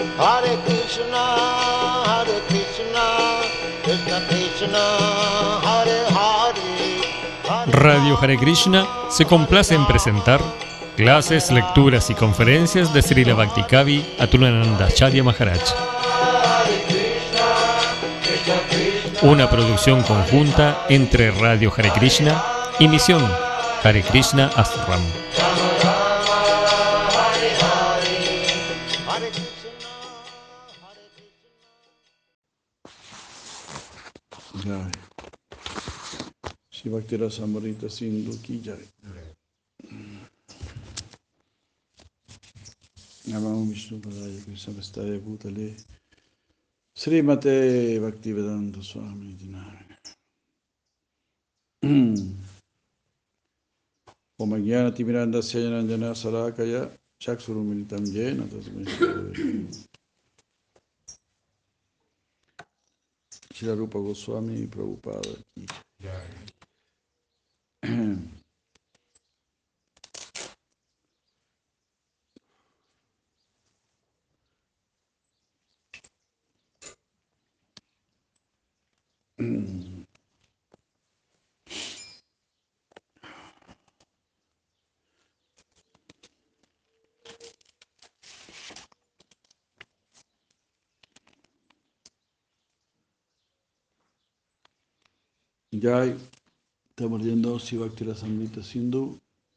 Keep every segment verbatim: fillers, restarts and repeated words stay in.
Hare Krishna, Hare Krishna, Krishna Krishna, Hare Hare. Radio Hare Krishna se complace en presentar clases, lecturas y conferencias de Srila Bhaktikavi Atulananda Acharya Maharaj. Una producción conjunta entre Radio Hare Krishna y Misión Hare Krishna Ashram. Jai. Shri Bhakti Rasamrita Sindhu ki jai. Namah Vishnu Padaya Krishna Vastaya Bhutale Srimate Bhaktivedanta Swami Dinari. Om Jnana Timiranda Syajanandana Sarakaya Chaksurumilitam Jena Tasmai Shri Shri Rupa Goswami Prabhupada ki jai. Jai, estamos leyendo Sri Bhakti Rasamrita Sindhu,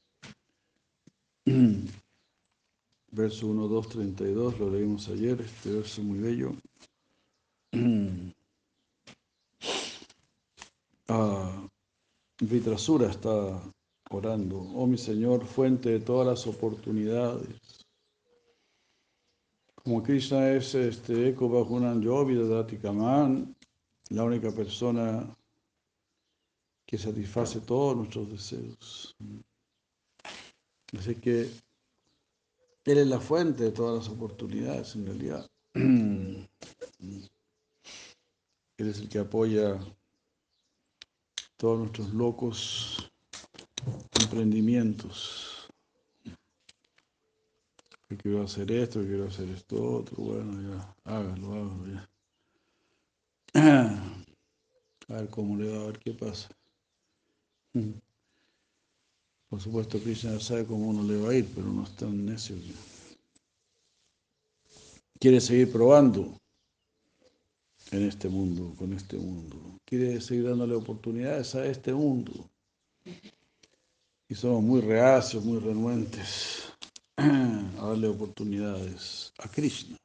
verso uno, dos, treinta y dos, lo leímos ayer, este verso muy bello. Ah, Vritrasura está orando: oh mi Señor, fuente de todas las oportunidades. Como Krishna es este Eko Bahunan Yogi Dadati Kaman, la única persona que satisface todos nuestros deseos. Así que Él es la fuente de todas las oportunidades, en realidad. Él es el que apoya todos nuestros locos emprendimientos. Que quiero hacer esto, que quiero hacer esto otro, bueno, ya, hágalo, hágalo, ya. A ver cómo le va, a ver qué pasa. Por supuesto, Krishna sabe cómo uno le va a ir, pero no es tan necio. Quiere seguir probando en este mundo, con este mundo. Quiere seguir dándole oportunidades a este mundo. Y somos muy reacios, muy renuentes a darle oportunidades a Krishna.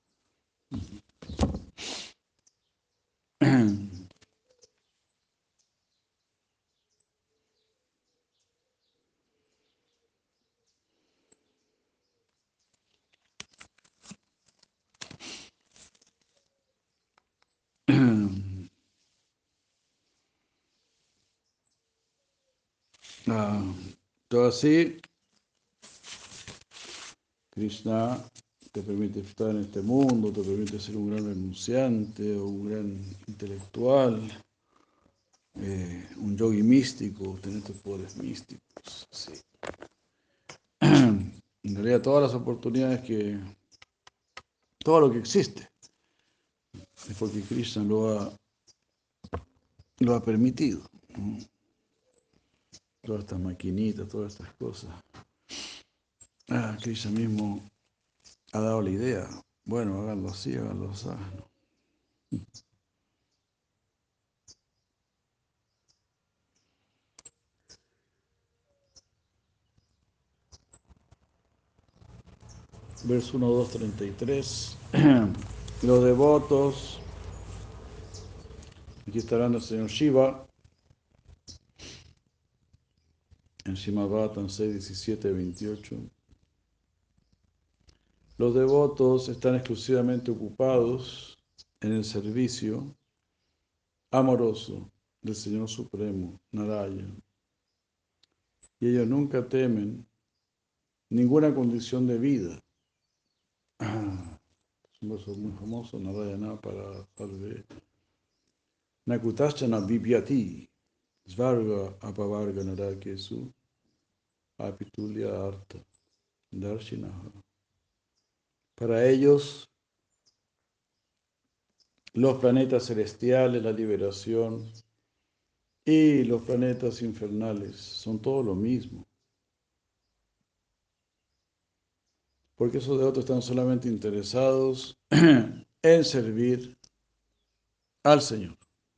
Ah, todo así, Krishna te permite estar en este mundo, te permite ser un gran renunciante o un gran intelectual, eh, un yogi místico, tener estos poderes místicos. Sí. En realidad todas las oportunidades que, todo lo que existe, es porque Krishna lo ha, lo ha permitido. ¿No? Todas estas maquinitas, todas estas cosas. Ah, Krishna mismo ha dado la idea. Bueno, háganlo así, háganlo así. ¿No? Verso uno, dos, treinta y tres. Los devotos, aquí está hablando el señor Shiva, en Srimad Bhagavatam seis, diecisiete, veintiocho. Los devotos están exclusivamente ocupados en el servicio amoroso del Señor Supremo, Narayana. Y ellos nunca temen ninguna condición de vida. Ah, es un verso muy famoso, Narayana para Sarve. Nakutashana Vibhyati, Svarga Apavarga Narakesu, Apitulya Artha, Darshinaha. Para ellos los planetas celestiales, la liberación y los planetas infernales son todo lo mismo. Porque esos devotos están solamente interesados en servir al Señor.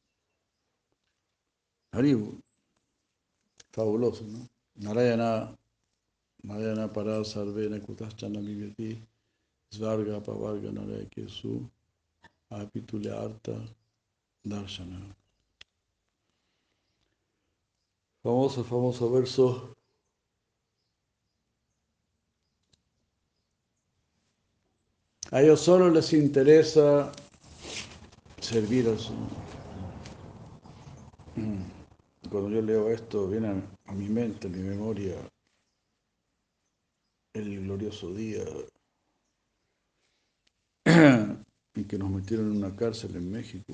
Haribu, fabuloso, ¿no? Narayana, Narayana Parad Sarvena Kutaschana Vivyati, Svarga Pavarga Naraya Kesu, Apitule Arta Darshana. Famoso, famoso verso. A ellos solo les interesa servir al Señor. Cuando yo leo esto, viene a, a mi mente, a mi memoria, el glorioso día en que nos metieron en una cárcel en México.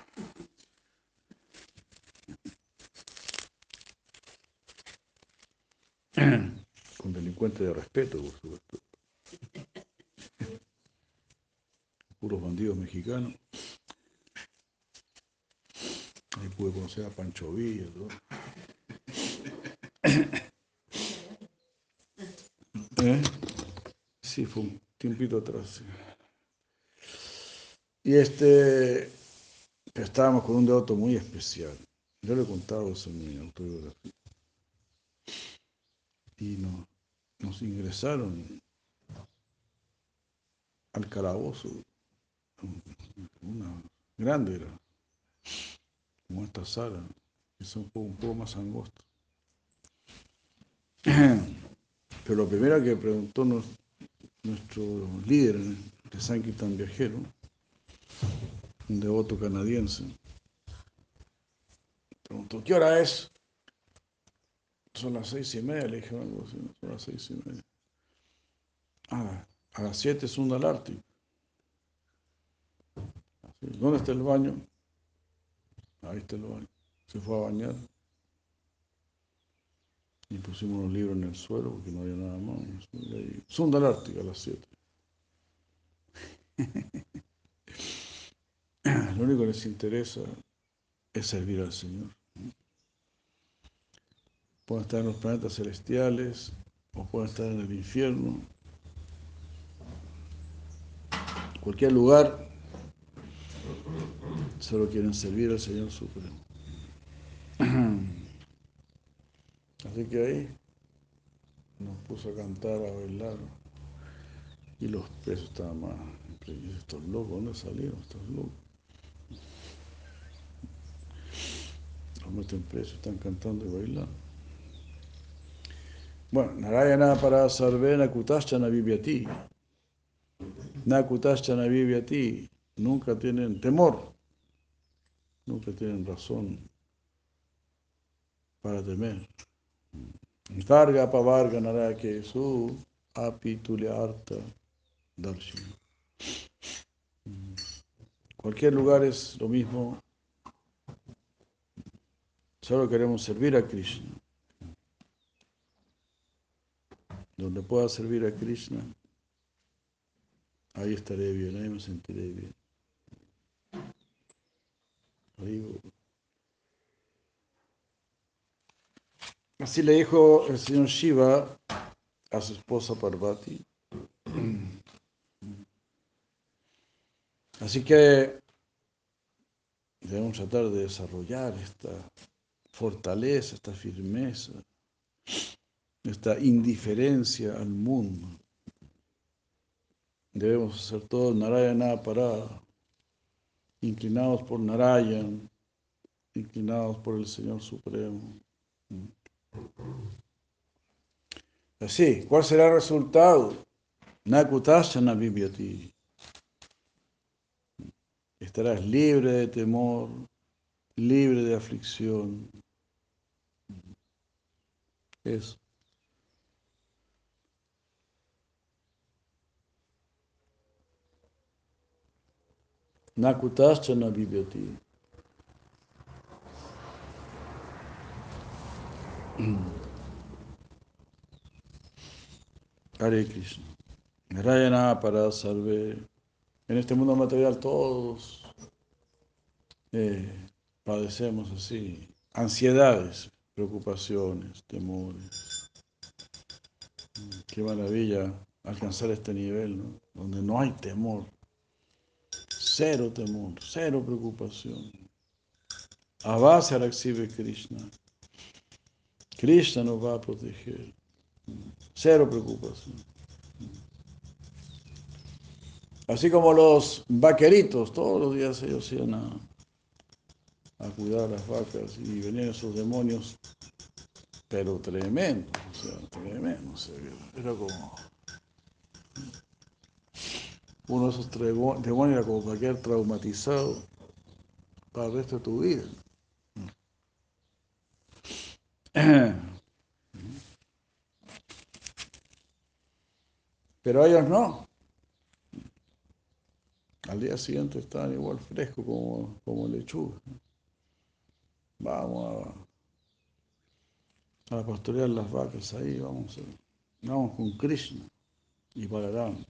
Con delincuentes de respeto, por supuesto. Puros bandidos mexicanos. Ahí pude conocer a Pancho Villa, todo. ¿Eh? Sí, fue un tiempito atrás. Sí. Y este, estábamos con un devoto muy especial. Yo le he contado eso en mi autobiografía. Y nos, nos ingresaron al calabozo. Una grande era, como esta sala, que es un poco, un poco más angosto. Pero lo primero que preguntó nos, nuestro líder de Sankirtan viajero, un devoto canadiense, preguntó, ¿qué hora es? Son las seis y media, le dije algo así, ¿no? Son las seis y media. Ah, a las siete es un Dalarti. ¿Dónde está el baño? Ahí está el baño. Se fue a bañar. Y pusimos los libros en el suelo porque no había nada más. Sundal Ártica a las siete. Lo único que les interesa es servir al Señor. Pueden estar en los planetas celestiales o pueden estar en el infierno. Cualquier lugar, solo quieren servir al Señor Supremo. Así que ahí nos puso a cantar, a bailar. Y los presos estaban más. Estos locos, ¿dónde salieron estos locos? Los meten presos, están cantando y bailando. Bueno, Narayana para Sarvena Kutaschana Vivyati. Na Kutaschana Vivyati. Nunca tienen temor. Nunca tienen razón para temer. Varga Pavarga Naraya Kesu Apitulya Arta Darshina. Cualquier lugar es lo mismo. Solo queremos servir a Krishna. Donde pueda servir a Krishna, ahí estaré bien, ahí me sentiré bien. Ahí. Así le dijo el señor Shiva a su esposa Parvati. Así que debemos tratar de desarrollar esta fortaleza, esta firmeza, esta indiferencia al mundo. Debemos hacer todo Narayana parada, inclinados por Narayan, inclinados por el Señor Supremo. Así, ¿cuál será el resultado? Nakutasana Vivyati. Estarás libre de temor, libre de aflicción. Eso. Nakutasana Vivyati. Hare Krishna. Narayana para salve. En este mundo material todos eh, padecemos así ansiedades, preocupaciones, temores. Qué maravilla alcanzar este nivel, ¿no? Donde no hay temor, cero temor, cero preocupación. Avasa exhibe Krishna. Krishna nos va a proteger. Cero preocupación. Así como los vaqueritos, todos los días ellos iban a, a cuidar a las vacas y venían esos demonios, pero tremendo, o sea, tremendo. O sea, era como uno de esos demonios, era como para quedar traumatizado para el resto de tu vida. Pero ellos no. Al día siguiente estaban igual frescos como, como lechuga. Vamos a, a pastorear las vacas ahí, vamos, a, vamos con Krishna y Balaram.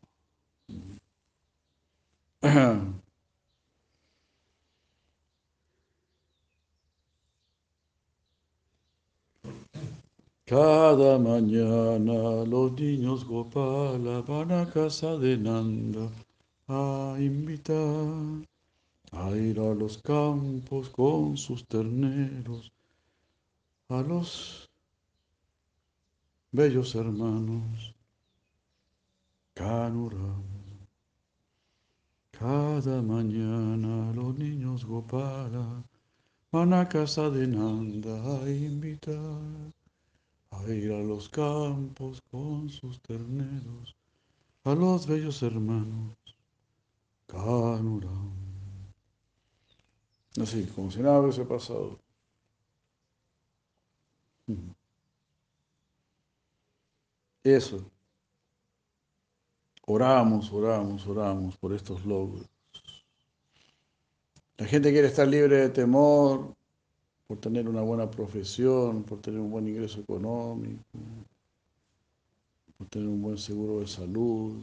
Cada mañana los niños Gopala van a casa de Nanda a invitar a ir a los campos con sus terneros, a los bellos hermanos Kanuram. Cada mañana los niños Gopala van a casa de Nanda a invitar a ir a los campos con sus terneros, a los bellos hermanos Kanuram. Así, como si nada hubiese pasado. Eso. Oramos, oramos, oramos por estos logros. La gente quiere estar libre de temor por tener una buena profesión, por tener un buen ingreso económico, por tener un buen seguro de salud,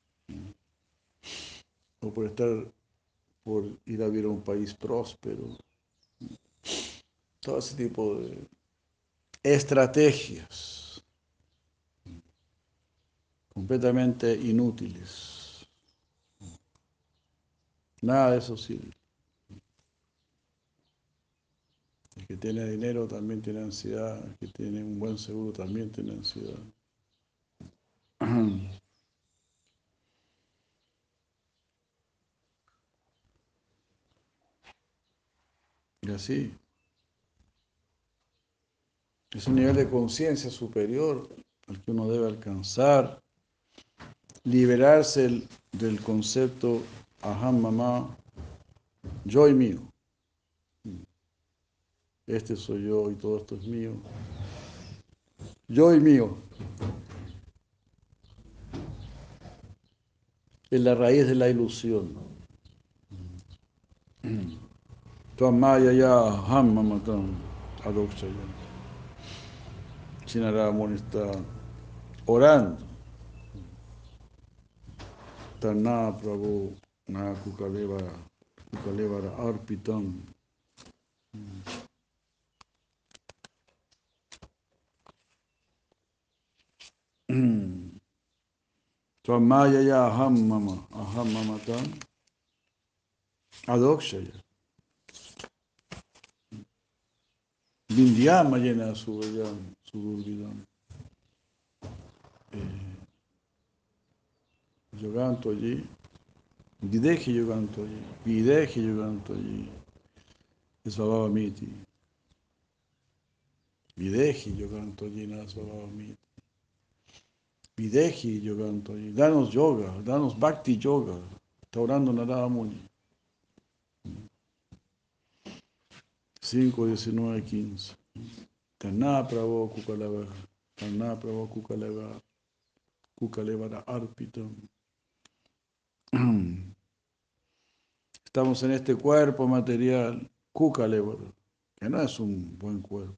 o por estar, por ir a vivir a un país próspero. Todo ese tipo de estrategias completamente inútiles. Nada de eso sirve. El que tiene dinero también tiene ansiedad, el que tiene un buen seguro también tiene ansiedad. Y así, es un nivel de conciencia superior al que uno debe alcanzar, liberarse del concepto aham mamá, yo y mío. Este soy yo y todo esto es mío. Yo y mío. Es la raíz de la ilusión. Tuamaya ya aham mamatam adokshaya. Shinarama está orando. Tana Prabhu na kukalevara, kukalevara arpitam. Tuamaya ya aham mama, aham mamatam adokshaya. Vindhyama llena su vayam, su durvidam. Yo canto allí, Videji yo canto allí, Videji yo canto allí, Svabhava Miti. Videji yo canto allí, nada Svabhava Miti. Videji yo canto allí, danos yoga, danos bhakti yoga. Está orando Narada Muni. cinco, diecinueve, quince. Taná Prabhu Kukaleva, Taná Prabhu Kukaleva, Kukalevara Arpitam. Estamos en este cuerpo material, Kukalevara, que no es un buen cuerpo.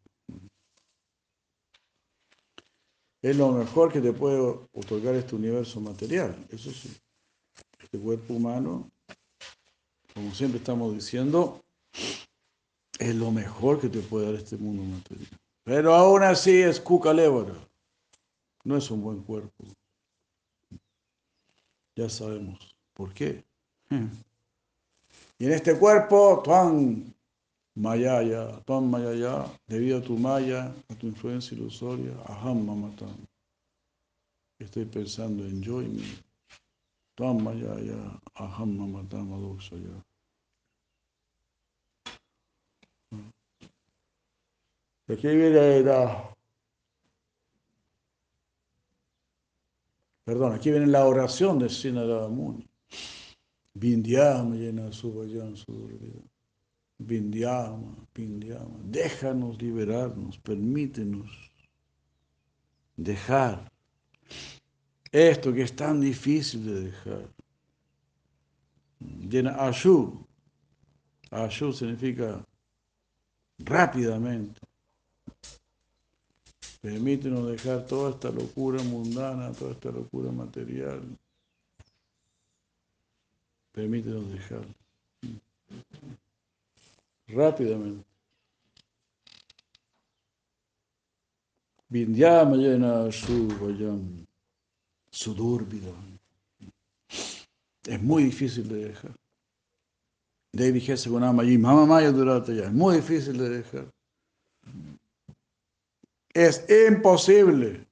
Es lo mejor que te puede otorgar este universo material, eso sí. Este cuerpo humano, como siempre estamos diciendo, es lo mejor que te puede dar este mundo material. Pero aún así es cucalébara. No es un buen cuerpo. Ya sabemos por qué. Y en este cuerpo, Tuan Mayaya, Tuan Mayaya, debido a tu maya, a tu influencia ilusoria, Aham Mamatam. Estoy pensando en yo y mí. Tuan Mayaya, Aham Mamatam Adoksaya. Aquí viene la, perdón, aquí viene la oración de Sinarada Muni. Vindhyama llena suvayan sudurvida. Vindhyama, Vindhyama. Déjanos liberarnos, permítenos dejar esto que es tan difícil de dejar. Llena Ashu. Ashu significa rápidamente. Permítenos dejar toda esta locura mundana, toda esta locura material. Permítenos dejar. Rápidamente. Vindhyama llena Ashu vayam sudurvidam. Es muy difícil de dejar. Devi Gese Gunama allí, Mama Maya Durata ya. Es muy difícil de dejar. Es imposible.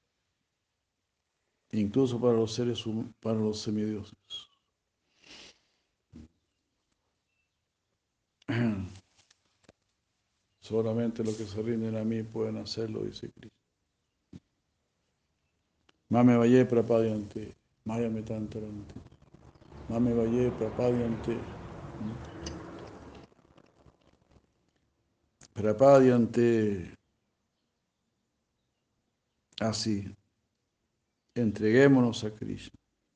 Incluso para los seres humanos, para los semidioses. Solamente los que se rinden a mí pueden hacerlo, dice Cristo. Mame Valle Prapadiante, Maya Metantarante. Mame Valle Prapadiante. Prapadiante. Así. Entreguémonos a Krishna.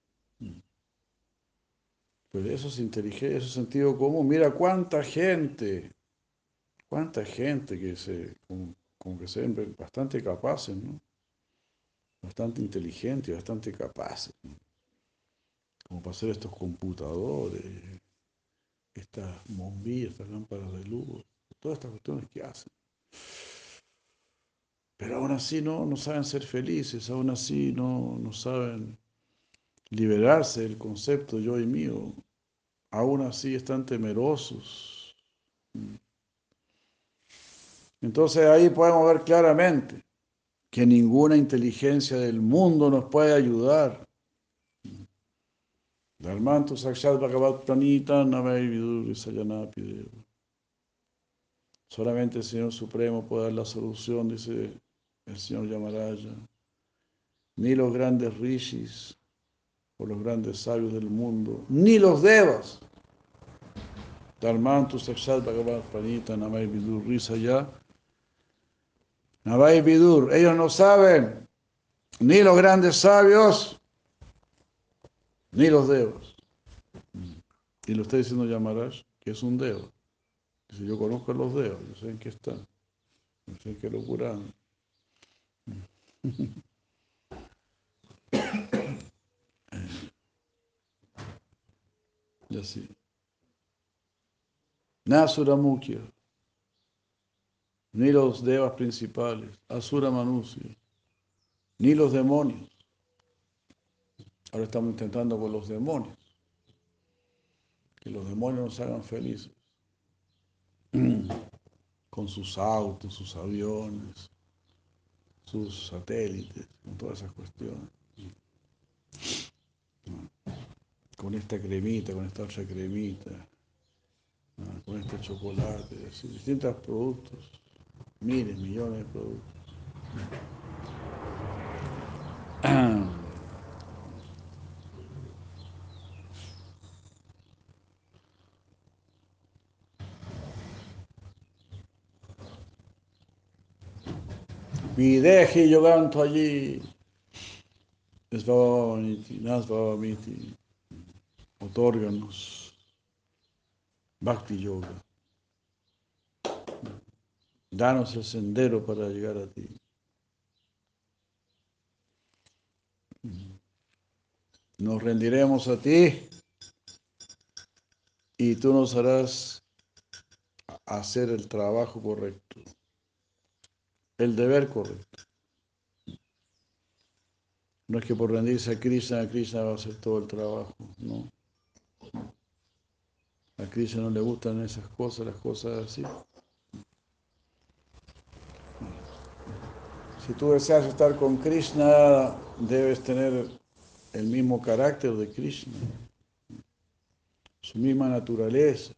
Pues eso es inteligencia, eso es sentido común. Mira cuánta gente, cuánta gente que se, como, como que se ven bastante capaces, ¿no? Bastante inteligentes, bastante capaces, ¿no? Como para hacer estos computadores, estas bombillas, estas lámparas de luz, todas estas cuestiones que hacen. Pero aún así no, no saben ser felices, aún así no, no saben liberarse del concepto yo y mío, aún así están temerosos. Entonces ahí podemos ver claramente que ninguna inteligencia del mundo nos puede ayudar. Dharmantu Sakshat Bhagavat Pranita Navai Vidur Sayanapideva. Solamente el Señor Supremo puede dar la solución, dice el Señor Yamaraya. Ni los grandes rishis o los grandes sabios del mundo, ni los devas. Dharmantu Sakshat Bhagavat Pranita Navai Vidur Risaya. Navai Vidur, ellos no saben, ni los grandes sabios, ni los devas. Y lo está diciendo Yamaraj, que es un deva. Dice, yo conozco a los devas, yo sé en qué están, yo sé en qué locura andan. Y así. Nasura Mukhya, ni los devas principales, Asura Manusya, ni los demonios. Ahora estamos intentando con los demonios, que los demonios nos hagan felices, con sus autos, sus aviones, sus satélites, con todas esas cuestiones. Con esta cremita, con esta otra cremita, con este chocolate, así, distintos productos, miles, millones de productos. Videji yoganto allí, Svavavaniti, Nasvavamiti, otórganos Bhakti Yoga. Danos el sendero para llegar a ti. Nos rendiremos a ti y tú nos harás hacer el trabajo correcto, el deber correcto. No es que por rendirse a Krishna, Krishna va a hacer todo el trabajo, no. A Krishna no le gustan esas cosas, las cosas así. Si tú deseas estar con Krishna, debes tener el mismo carácter de Krishna, su misma naturaleza.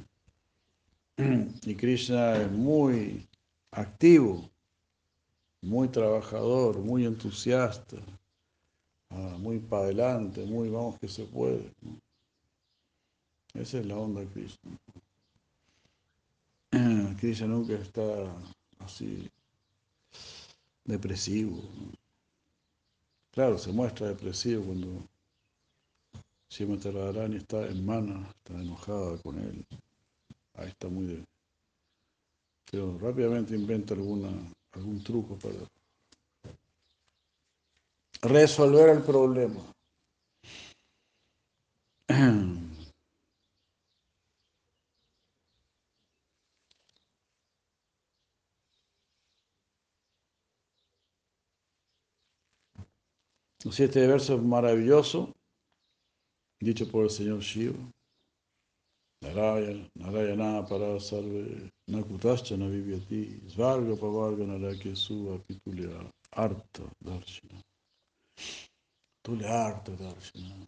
Y Krishna es muy activo, muy trabajador, muy entusiasta, muy para adelante, muy vamos que se puede. Esa es la onda de Krishna. Krishna nunca está así depresivo. Claro, se muestra depresivo cuando Srimati Radharani está en mana, está enojada con él. Ahí está muy de... Pero rápidamente inventa alguna, algún truco para resolver el problema. Así este verso es maravilloso, dicho por el señor Shiva. Narayana, Narayana para sarve, nakutascha navivyati, svarga pavarga narake suva pitulya arta darshana. Tulya arta darshana.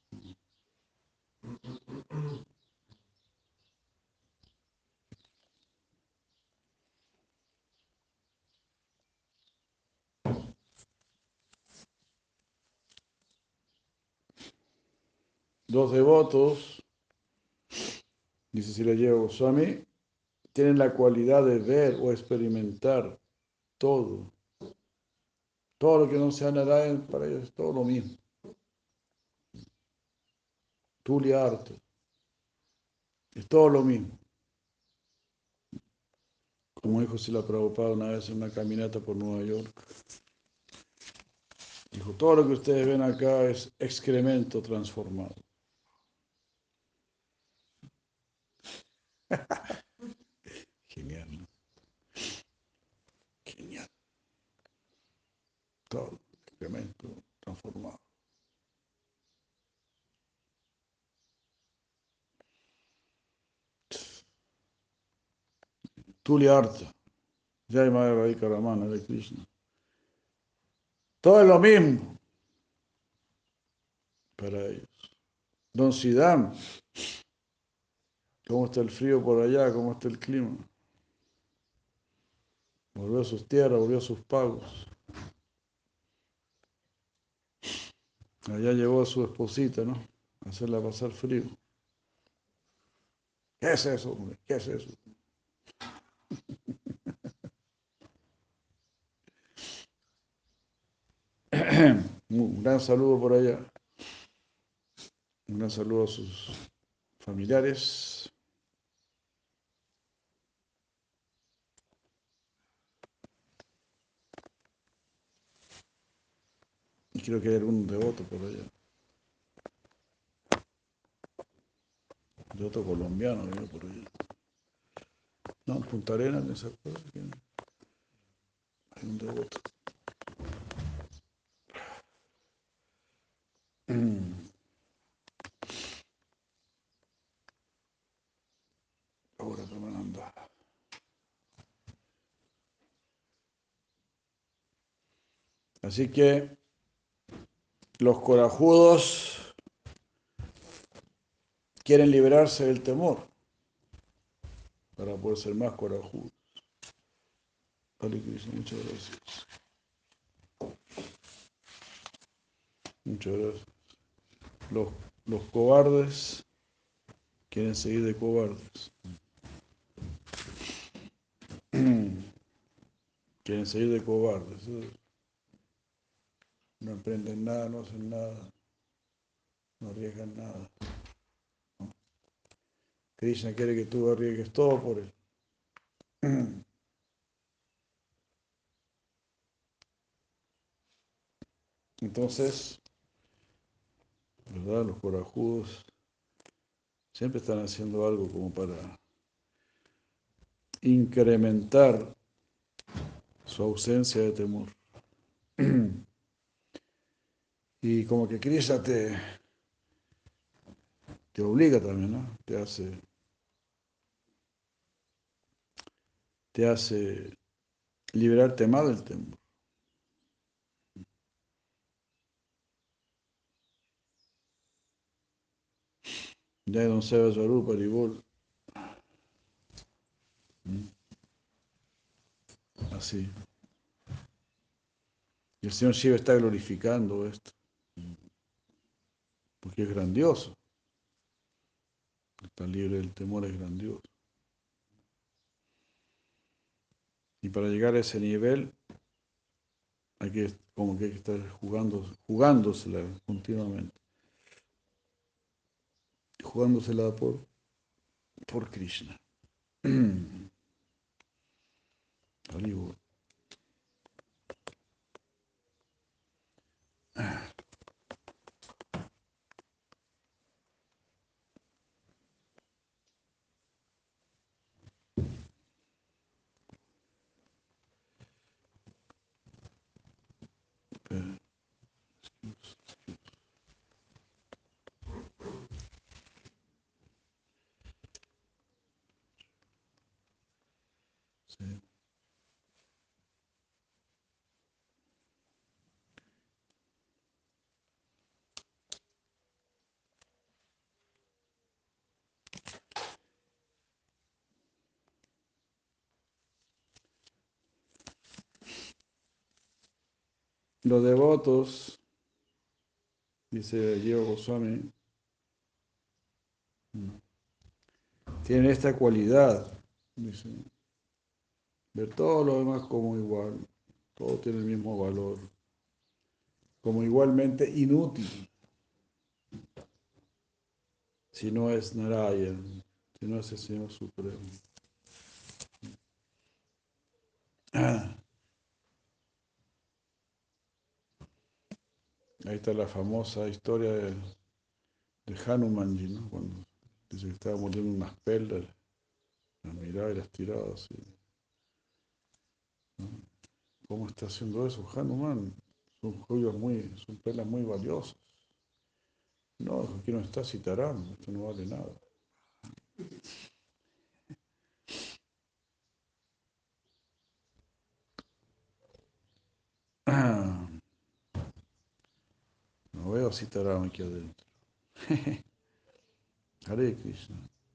Los devotos, dice Siracía Goswami, tienen la cualidad de ver o experimentar todo. Todo lo que no sea Narayan, para ellos es todo lo mismo. Tulya arta. Es todo lo mismo. Como dijo Srila Prabhupada una vez en una caminata por Nueva York. Dijo, todo lo que ustedes ven acá es excremento transformado. Genial, ¿no? Genial. Todo excremento transformado. Tulya arta. Jai Madre Radhika Ramana de Krishna. Todo es lo mismo para ellos. Don Siddham, ¿cómo está el frío por allá? ¿Cómo está el clima? Volvió a sus tierras, volvió a sus pagos. Allá llevó a su esposita, ¿no? A hacerla pasar frío. ¿Qué es eso, hombre? ¿Qué es eso? Un gran saludo por allá. Un gran saludo a sus familiares. Y creo que hay algún devoto por allá. Devoto colombiano que vive por allá. No, en Punta Arenas, ¿no se acuerda? Hay un devoto. Ahora te van a andar. Así que los corajudos quieren liberarse del temor para poder ser más corajudos. Hare Krishna, muchas gracias. Muchas gracias. Los, los cobardes quieren seguir de cobardes. Quieren seguir de cobardes. No emprenden nada, no hacen nada, no arriesgan nada. Krishna quiere que tú arriesgues todo por él. Entonces, ¿verdad? Los corajudos siempre están haciendo algo como para incrementar su ausencia de temor. Y como que Krishna te, te obliga también, ¿no? Te hace, te hace liberarte más del temor. Ya Don Seva Swarupa Haribol. Así. Y el Señor Shiva está glorificando esto, porque es grandioso. Estar libre del temor es grandioso. Y para llegar a ese nivel hay que, como que hay que estar jugando, jugándosela continuamente. Jugándosela por, por Krishna. Haribol. Sí. Los devotos, dice Jiva Goswami, tienen esta cualidad, dice, ver todo lo demás como igual, todo tiene el mismo valor, como igualmente inútil, si no es Narayan, si no es el Señor Supremo. Ah, ahí está la famosa historia de, de Hanumanji, ¿no? Cuando dice que estaba mordiendo unas perlas, las miraba y las tiraba así, ¿no? ¿Cómo está haciendo eso Hanuman? Son joyas muy, son perlas muy valiosas. No, aquí no está Sitaram, esto no vale nada. Ah, no veo a Sitaram aquí adentro. Hare Krishna.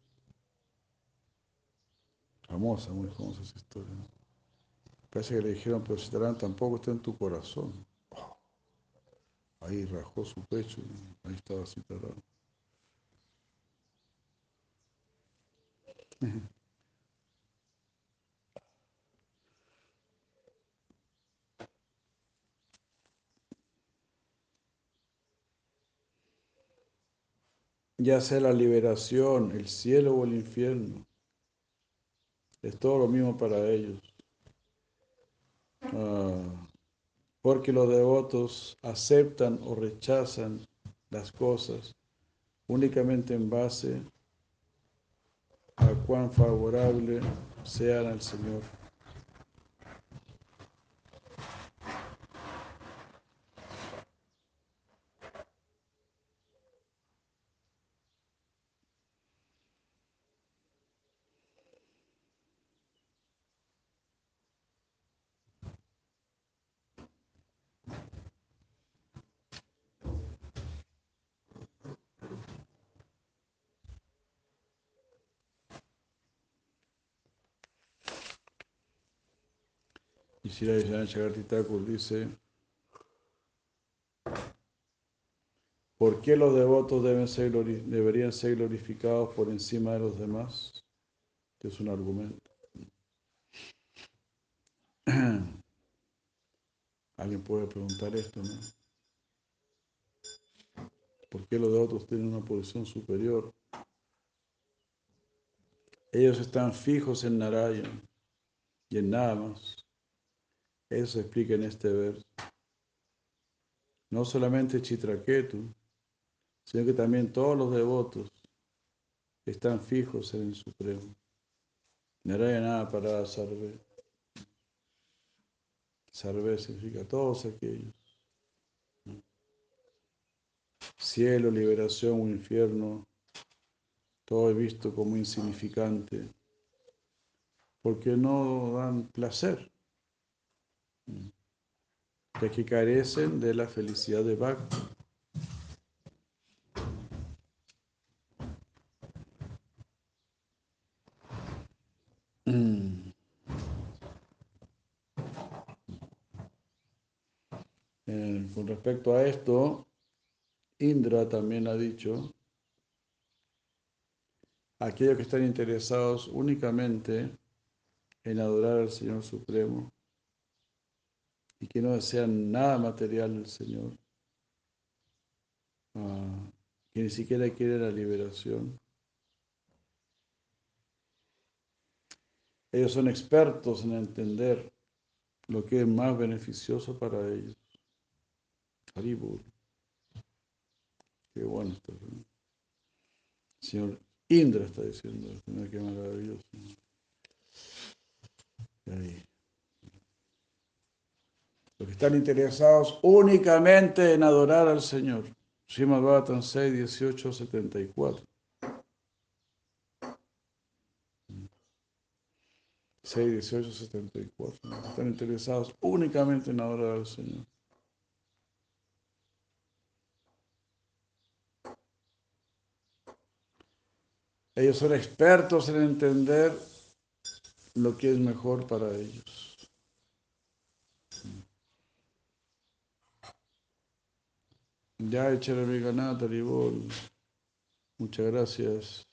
Famosa, muy famosa esa historia, ¿no? Parece que le dijeron, pero Sitaram tampoco está en tu corazón. Ahí rajó su pecho, y ahí estaba Sitaram. Ya sea la liberación, el cielo o el infierno, es todo lo mismo para ellos. Ah, porque los devotos aceptan o rechazan las cosas únicamente en base a cuán favorable sean al Señor. Y Sri Chakravarti Thakur dice, ¿por qué los devotos deben ser deberían ser glorificados por encima de los demás? Que es un argumento. Alguien puede preguntar esto, ¿no? ¿Por qué los devotos tienen una posición superior? Ellos están fijos en Narayan y en nada más. Eso se explica en este verso. No solamente Chitraketu, sino que también todos los devotos están fijos en el Supremo. Narayana para Sarve. Sarve significa todos aquellos. Cielo, liberación o infierno, todo es visto como insignificante, porque no dan placer, ya que carecen de la felicidad de Bhakti. Eh, con respecto a esto, Indra también ha dicho, aquellos que están interesados únicamente en adorar al Señor Supremo y que no desean nada material del Señor, uh, que ni siquiera quieren la liberación, ellos son expertos en entender lo que es más beneficioso para ellos. Haribol. Qué bueno esto. ¿No? Señor Indra está diciendo esto, mira qué maravilloso. Ahí. Los que están interesados únicamente en adorar al Señor. Srimad Bhagavatam seis, dieciocho, setenta y cuatro. seis, dieciocho, setenta y cuatro. Los que están interesados únicamente en adorar al Señor. Ellos son expertos en entender lo que es mejor para ellos. Ya, Echarami Ganata, Haribol. Muchas gracias.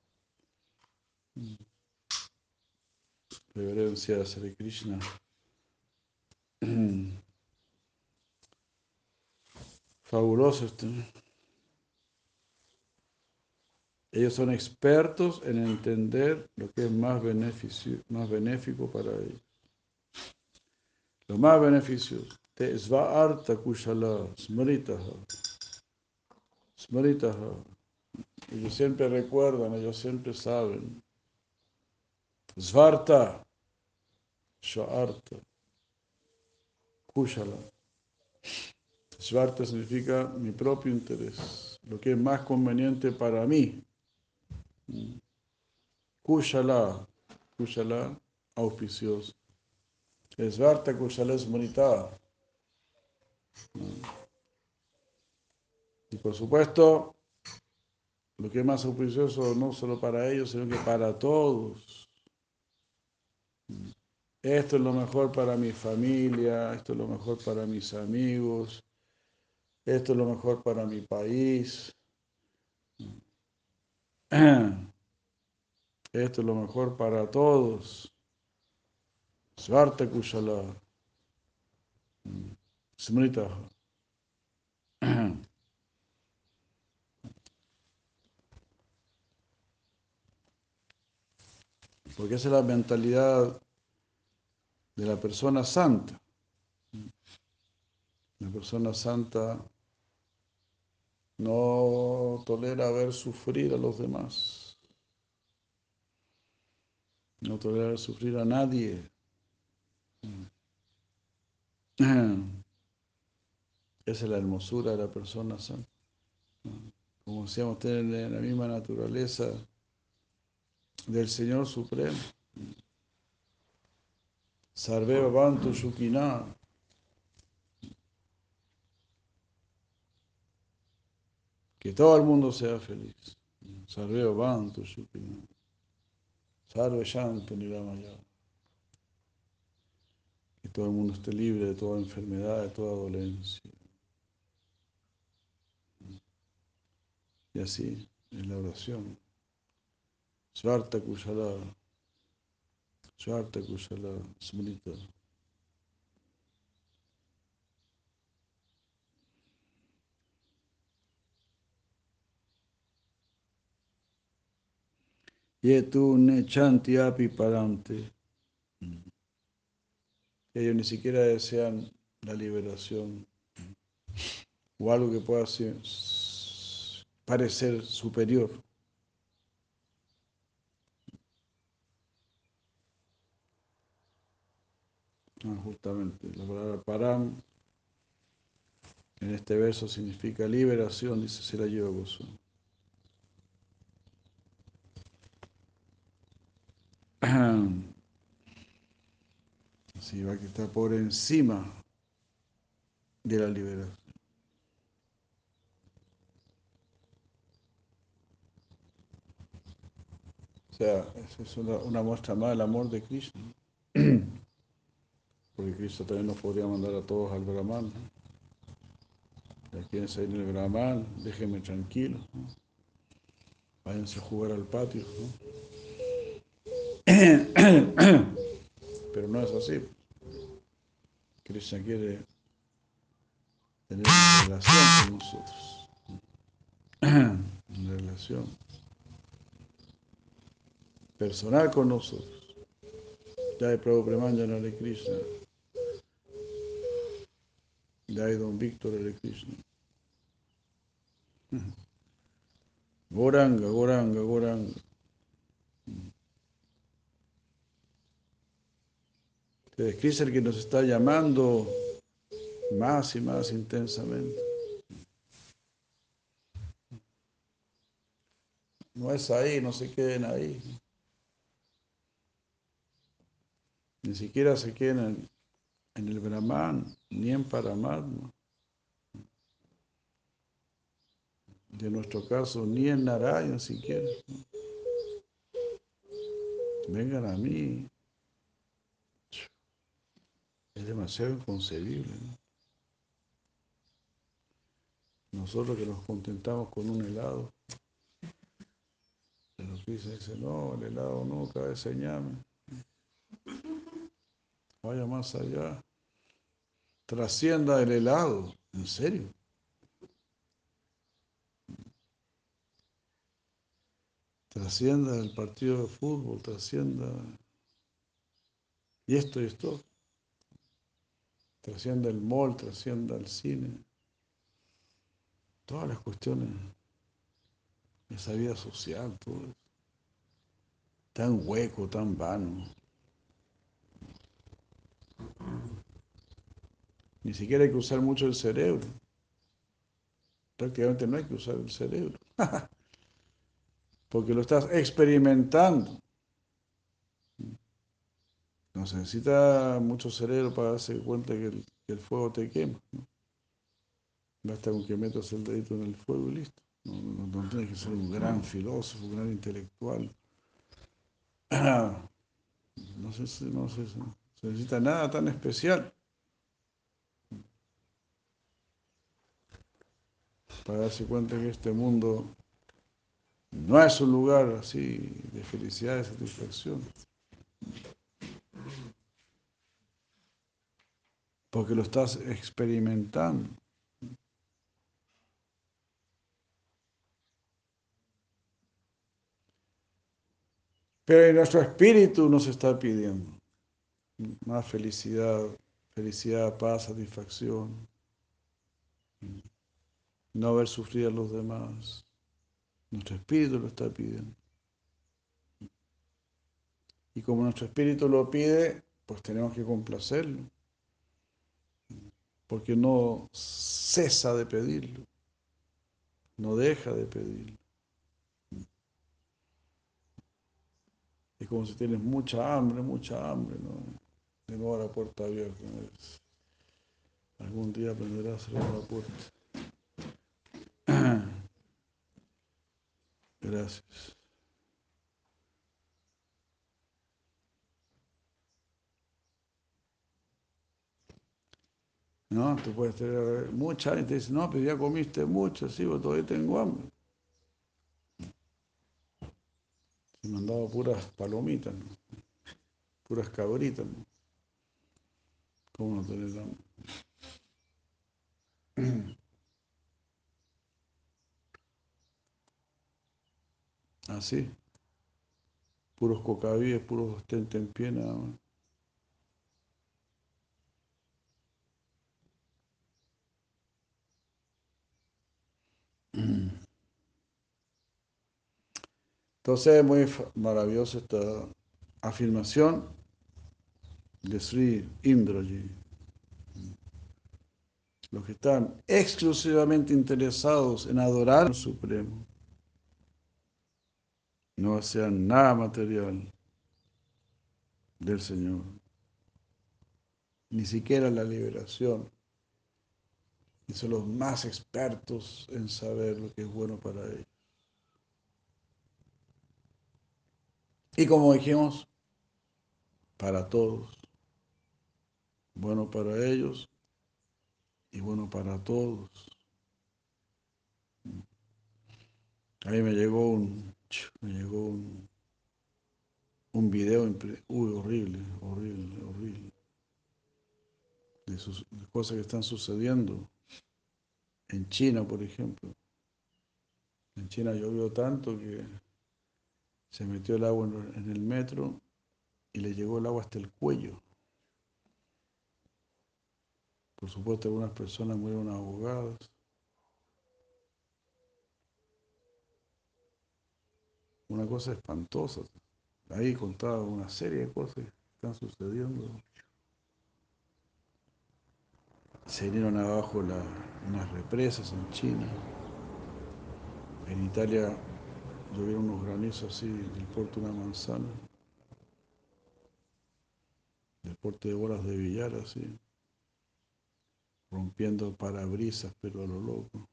Reverencia a Sri Krishna. Fabuloso esto. Ellos son expertos en entender lo que es más, beneficio, más benéfico para ellos. Lo más beneficioso. Te svarta kushala smritaha. Smritaha. Ellos siempre recuerdan, ellos siempre saben. Svarta. Sharta. Kushala. Svarta significa mi propio interés. Lo que es más conveniente para mí. Kushala. Kushala. Auspicioso. Svarta kushala smritaha. Y por supuesto, lo que es más auspicioso no solo para ellos, sino que para todos. Esto es lo mejor para mi familia, esto es lo mejor para mis amigos, esto es lo mejor para mi país, esto es lo mejor para todos. Svarta Kushala. Smrita. Porque esa es la mentalidad de la persona santa. La persona santa no tolera ver sufrir a los demás. No tolera ver sufrir a nadie. Esa es la hermosura de la persona santa. Como decíamos, tienen la misma naturaleza del Señor Supremo. Sarve Bhavantu Shukhina. Que todo el mundo sea feliz. Sarve Bhavantu Shukhina. Sarve Shantu Niramaya. Que todo el mundo esté libre de toda enfermedad, de toda dolencia. Y así es la oración. Svarta Kushala. Svarta Kushala Smrita. Yetu ne chanti api parante. Ellos ni siquiera desean la liberación o algo que pueda ser, parecer superior. Ah, justamente, la palabra param en este verso significa liberación, dice Sila Jiva Goswami. Así va que está por encima de la liberación. O sea, esa es una, una muestra más del amor de Krishna. Porque Cristo también nos podría mandar a todos al Brahman. ¿No? Ya quieren salir del Brahman, déjenme tranquilo. ¿No? Váyanse a jugar al patio. ¿No? Pero no es así. Krishna quiere tener una relación con nosotros. Una relación personal con nosotros. Jai Prabhu Premanjana Hare Krishna. Jai Don Víctor Hare Krishna. Goranga, Goranga, Goranga. Es Krishna el que nos está llamando más y más intensamente. No es ahí, no se queden ahí. Ni siquiera se queden en, en el Brahman, ni en Paramatma. De nuestro caso, ni en Narayana siquiera. Vengan a mí. Es demasiado inconcebible, ¿no? Nosotros que nos contentamos con un helado. Pero Krishna dice, no, el helado no, cada vez se llame. Vaya más allá. Trascienda el helado. ¿En serio? Trascienda el partido de fútbol, trascienda. Y esto y esto. Trascienda el mall, trascienda el cine. Todas las cuestiones de esa vida social, todo eso. Tan hueco, tan vano. Ni siquiera hay que usar mucho el cerebro. Prácticamente no hay que usar el cerebro. Porque lo estás experimentando. No se necesita mucho cerebro para darse cuenta que el, que el fuego te quema, ¿no? Basta con que metas el dedito en el fuego y listo. No, no, no tienes que ser un gran filósofo, un gran intelectual. No sé, si- no sé, si- no se necesita nada tan especial para darse cuenta que este mundo no es un lugar así de felicidad, de satisfacción. Porque lo estás experimentando. Pero nuestro espíritu nos está pidiendo más felicidad, felicidad, paz, satisfacción, no ver sufrir a los demás. Nuestro espíritu lo está pidiendo. Y como nuestro espíritu lo pide, pues tenemos que complacerlo, porque no cesa de pedirlo, no deja de pedirlo. Es como si tienes mucha hambre, mucha hambre, ¿no? De nuevo la puerta abierta, ¿no? Algún día aprenderás a cerrar la puerta. Gracias. No, tú puedes tener mucha hambre y te dicen, no, pero ya comiste mucho, sí, pero todavía tengo hambre. Y me han dado puras palomitas, ¿no? Puras cabritas, ¿no? ¿Cómo no tener hambre? Así, puros cocavíes, puros tentempié nada más. Entonces es muy fa- maravillosa esta afirmación de Sri Indraji. Los que están exclusivamente interesados en adorar al Supremo, no sean nada material del Señor, ni siquiera la liberación, y son los más expertos en saber lo que es bueno para ellos. Y como dijimos, para todos, bueno para ellos y bueno para todos. Ahí me llegó un, me llegó un, un video, uy, horrible, horrible, horrible, de, sus, de cosas que están sucediendo en China, por ejemplo. En China llovió tanto que se metió el agua en el metro y le llegó el agua hasta el cuello. Por supuesto, algunas personas murieron ahogadas. Una cosa espantosa. Ahí contaba una serie de cosas que están sucediendo. Se vinieron abajo la, unas represas en China. En Italia llovieron unos granizos así del porte de una manzana. Del porte de bolas de billar así. Rompiendo parabrisas, pero a lo loco.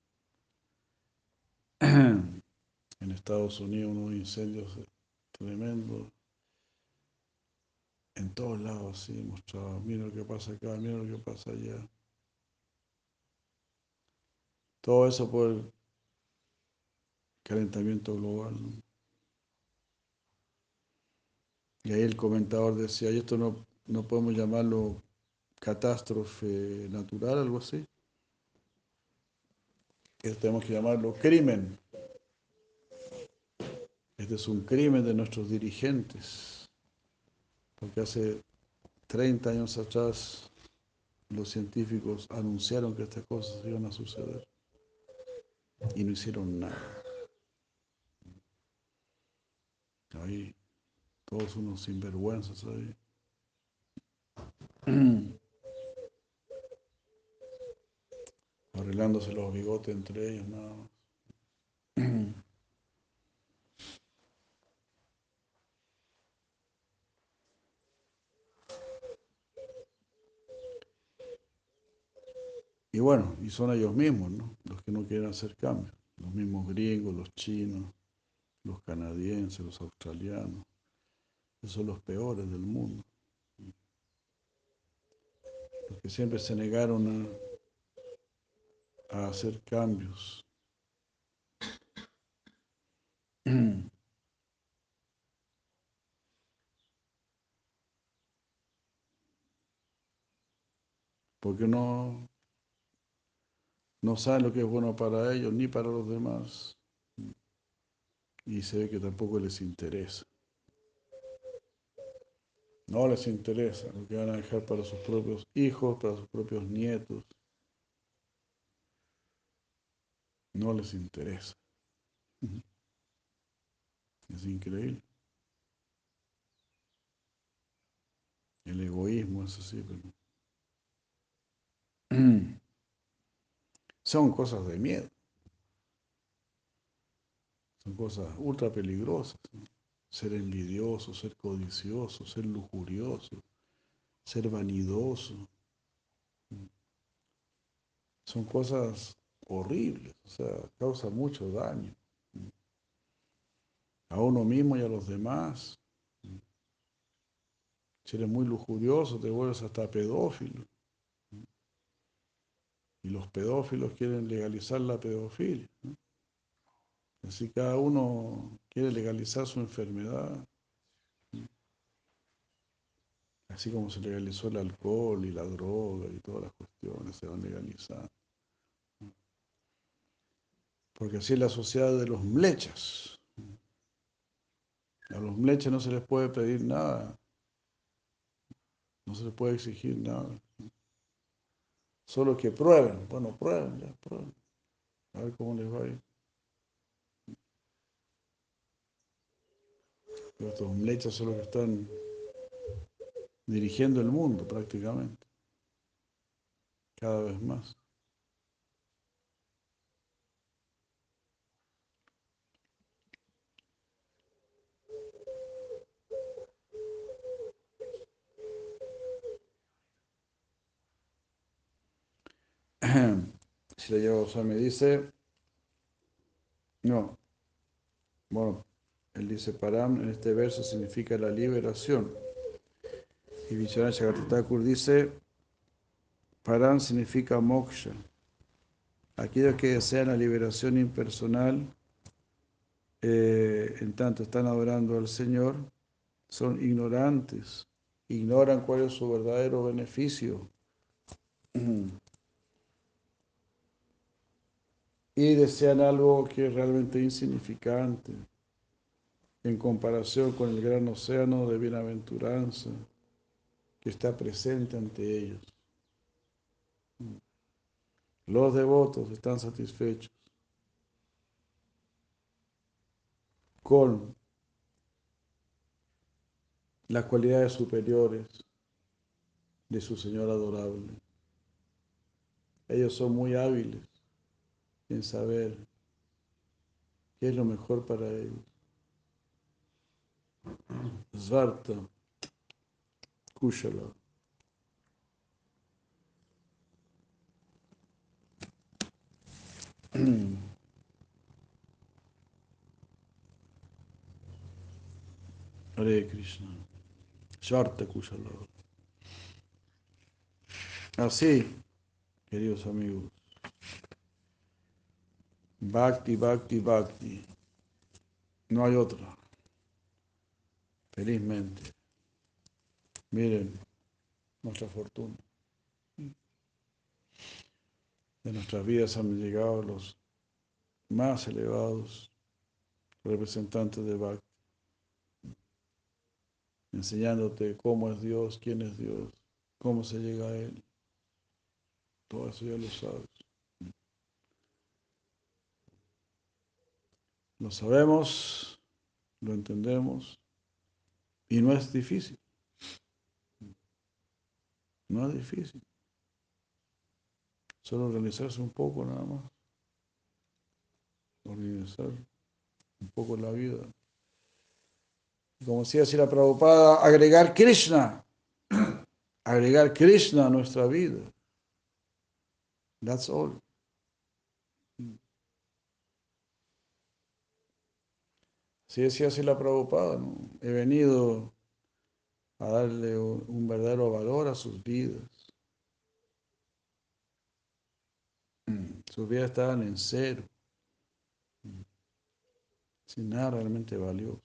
En Estados Unidos unos incendios tremendos. En todos lados así mostraba, mira lo que pasa acá, mira lo que pasa allá. Todo eso por el calentamiento global, ¿no? Y ahí el comentador decía, y esto no, no podemos llamarlo catástrofe natural, algo así. Esto tenemos que llamarlo crimen. Este es un crimen de nuestros dirigentes. Porque hace treinta años atrás los científicos anunciaron que estas cosas iban a suceder. Y no hicieron nada. Ahí, todos unos sinvergüenzas ahí. Arreglándose los bigotes entre ellos, nada más. Y bueno, y son ellos mismos, ¿no? Los que no quieren hacer cambios. Los mismos gringos, los chinos, los canadienses, los australianos. Esos son los peores del mundo. Los que siempre se negaron a, a hacer cambios. Porque no, no saben lo que es bueno para ellos ni para los demás. Y se ve que tampoco les interesa. No les interesa lo que van a dejar para sus propios hijos, para sus propios nietos. No les interesa. Es increíble. El egoísmo es así, pero son cosas de miedo. Son cosas ultra peligrosas, ¿no? Ser envidioso, ser codicioso, ser lujurioso, ser vanidoso. Son cosas horribles, o sea, causan mucho daño a uno mismo y a los demás. Si eres muy lujurioso, te vuelves hasta pedófilo. Y los pedófilos quieren legalizar la pedofilia, ¿no? Así cada uno quiere legalizar su enfermedad. Así como se legalizó el alcohol y la droga y todas las cuestiones, se van legalizando. Porque así es la sociedad de los mlechas. A los mlechas no se les puede pedir nada, no se les puede exigir nada. Solo que prueben. Bueno, prueben, ya, prueben. A ver cómo les va a ir. Pero estos mlechas son los que están dirigiendo el mundo prácticamente, cada vez más. Si la me dice, no, bueno, él dice Param en este verso significa la liberación. Y Vishwanath Chakravarti Thakur dice, Param significa moksha. Aquellos que desean la liberación impersonal, eh, en tanto están adorando al Señor, son ignorantes, ignoran cuál es su verdadero beneficio y desean algo que es realmente insignificante en comparación con el gran océano de bienaventuranza que está presente ante ellos. Los devotos están satisfechos con las cualidades superiores de su Señor adorable. Ellos son muy hábiles en saber qué es lo mejor para ellos. Svarta, Kushala. Hare Krishna. Svarta Kushala. Así, queridos amigos, Bhakti, Bhakti, Bhakti. No hay otra. Felizmente. Miren nuestra fortuna. De nuestras vidas han llegado los más elevados representantes de Bhakti, enseñándote cómo es Dios, quién es Dios, cómo se llega a Él. Todo eso ya lo sabes. Lo sabemos, lo entendemos y no es difícil. No es difícil. Solo organizarse un poco nada más. Organizar un poco la vida. Como decía así la Prabhupada, agregar Krishna. Agregar Krishna a nuestra vida. That's all. Así decía así la Prabhupada, ¿no? He venido a darle un, un verdadero valor a sus vidas. Sus vidas estaban en cero, sin nada realmente valioso.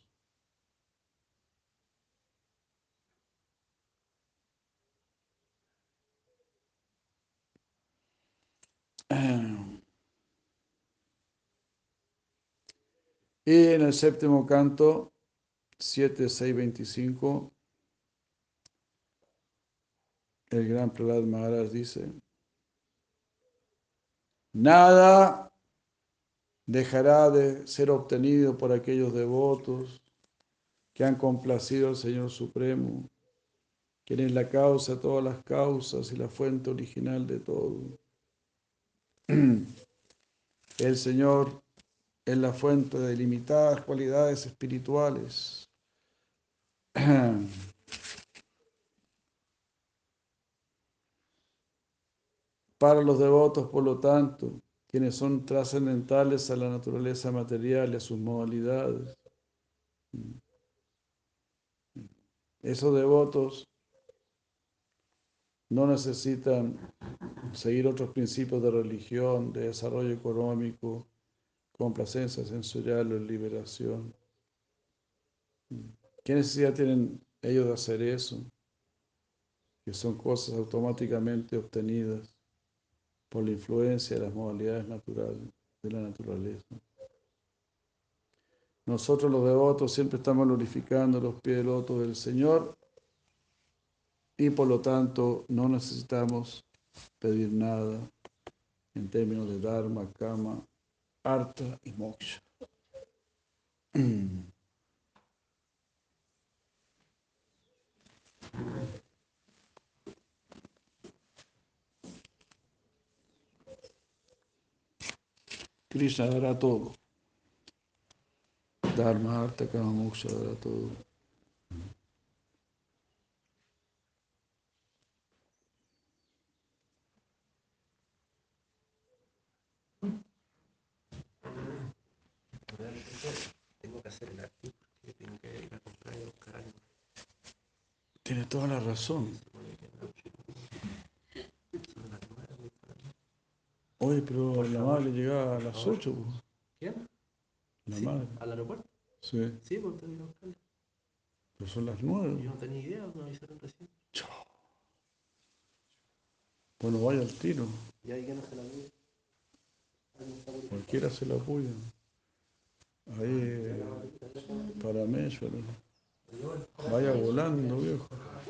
Y en el séptimo canto, siete, seis, veinticinco, el gran Prahlad Maharaj dice, nada dejará de ser obtenido por aquellos devotos que han complacido al Señor Supremo, quien es la causa de todas las causas y la fuente original de todo. El Señor es la fuente de ilimitadas cualidades espirituales. Para los devotos, por lo tanto, quienes son trascendentales a la naturaleza material y a sus modalidades. Esos devotos no necesitan seguir otros principios de religión, de desarrollo económico, complacencia sensorial o liberación. ¿Qué necesidad tienen ellos de hacer eso? Que son cosas automáticamente obtenidas por la influencia de las modalidades naturales de la naturaleza. Nosotros los devotos siempre estamos glorificando los pies del loto del Señor y por lo tanto no necesitamos pedir nada en términos de Dharma, Kama, Artha y Moksha. Krishna dará todo. Dharma, Artha, Kama, Moksha dará todo. Tengo que hacer el artículo, tengo que ir a comprar y buscar algo. Tiene toda la razón. Oye, pero la madre llegaba a las ocho. ¿Quién? La ¿Sí? madre. ¿Al aeropuerto? Sí. Sí, pues tengo que ir a buscarla. Pero son las nueve. Yo no tenía idea, me avisaron recién. Bueno, vaya al tiro. Y ahí que no se la vi. Cualquiera se la apoya. Ahí, para Meshwar. Vaya volando, viejo.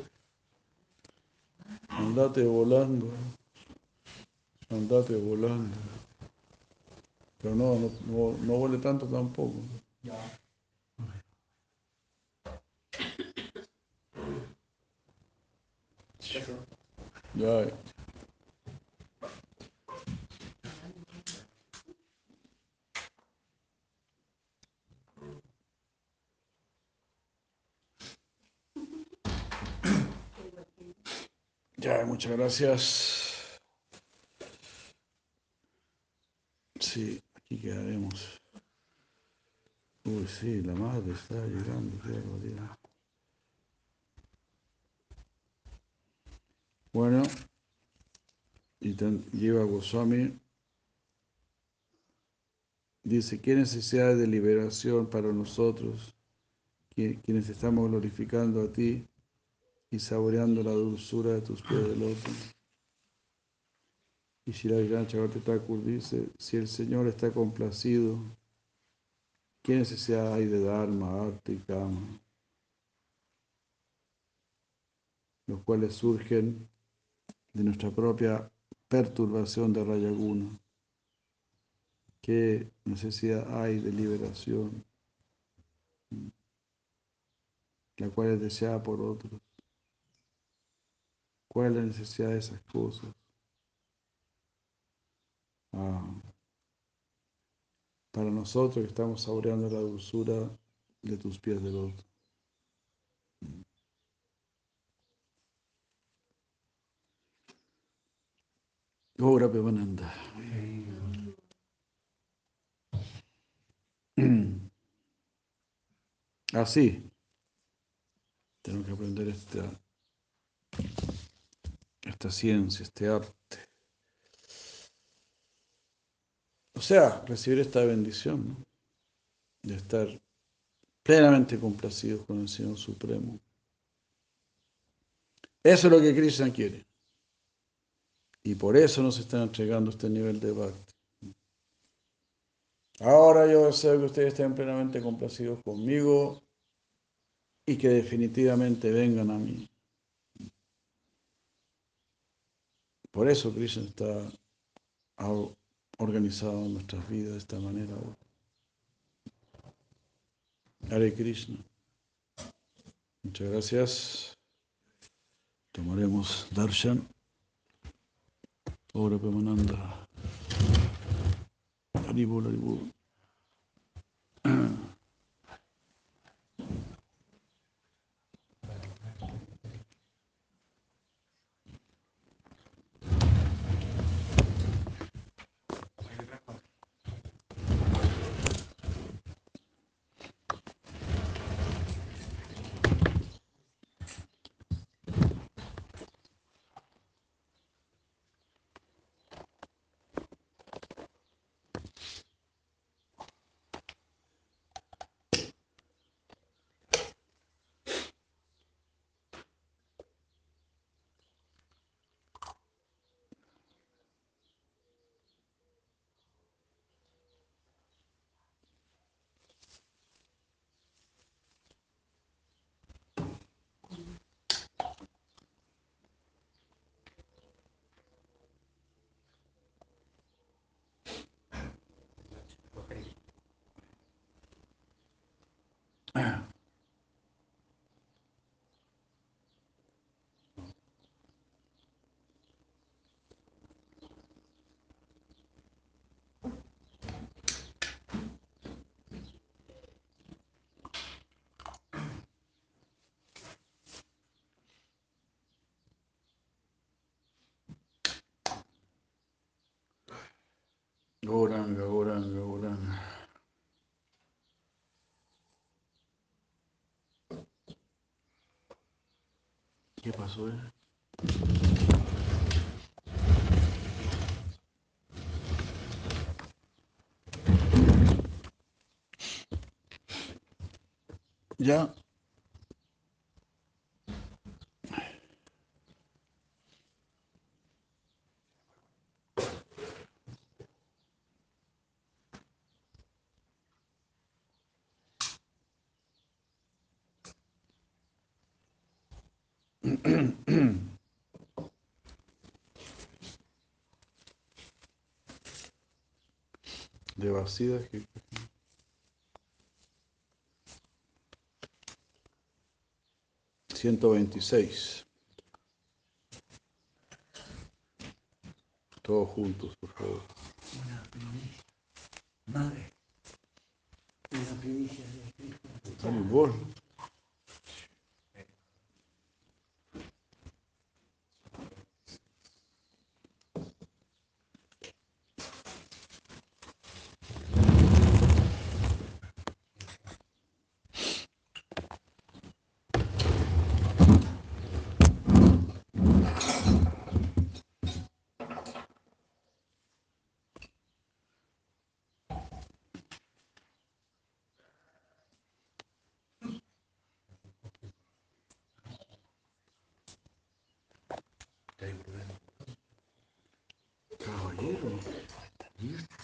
Andate volando. Andate volando. Pero no, no, no, no vuele tanto tampoco. Ya. Ya, muchas gracias. Sí, aquí quedaremos. Uy, sí, la madre está llegando, qué barbaridad. Bueno, y tan, lleva Goswami, dice, ¿qué necesidad de liberación para nosotros, quienes estamos glorificando a ti y saboreando la dulzura de tus pies de loto? Y Shri Chakravarti Thakur dice, si el Señor está complacido, ¿qué necesidad hay de Dharma, Artha y Kama? Los cuales surgen de nuestra propia perturbación de Rayaguna. ¿Qué necesidad hay de liberación, la cual es deseada por otros? ¿Cuál es la necesidad de esas cosas? Ah, para nosotros que estamos saboreando la dulzura de tus pies de loto. Gaura Pemananda. Así, tengo que aprender esta, esta ciencia, este arte. O sea, recibir esta bendición, ¿no? De estar plenamente complacidos con el Señor Supremo. Eso es lo que Krishna quiere. Y por eso nos están entregando este nivel de bhakti. Ahora yo deseo que ustedes estén plenamente complacidos conmigo y que definitivamente vengan a mí. Por eso Krishna está organizado en nuestras vidas de esta manera. Hare Krishna. Muchas gracias. Tomaremos darshan. Ora Pemananda. Haribol, Haribol. ¿Qué pasó? Eh? Ya. De vacías que ciento veintiséis. Todos juntos, por favor. Una primicia. Madre. Una primicia de Cristo. Dale, vos. Caballero.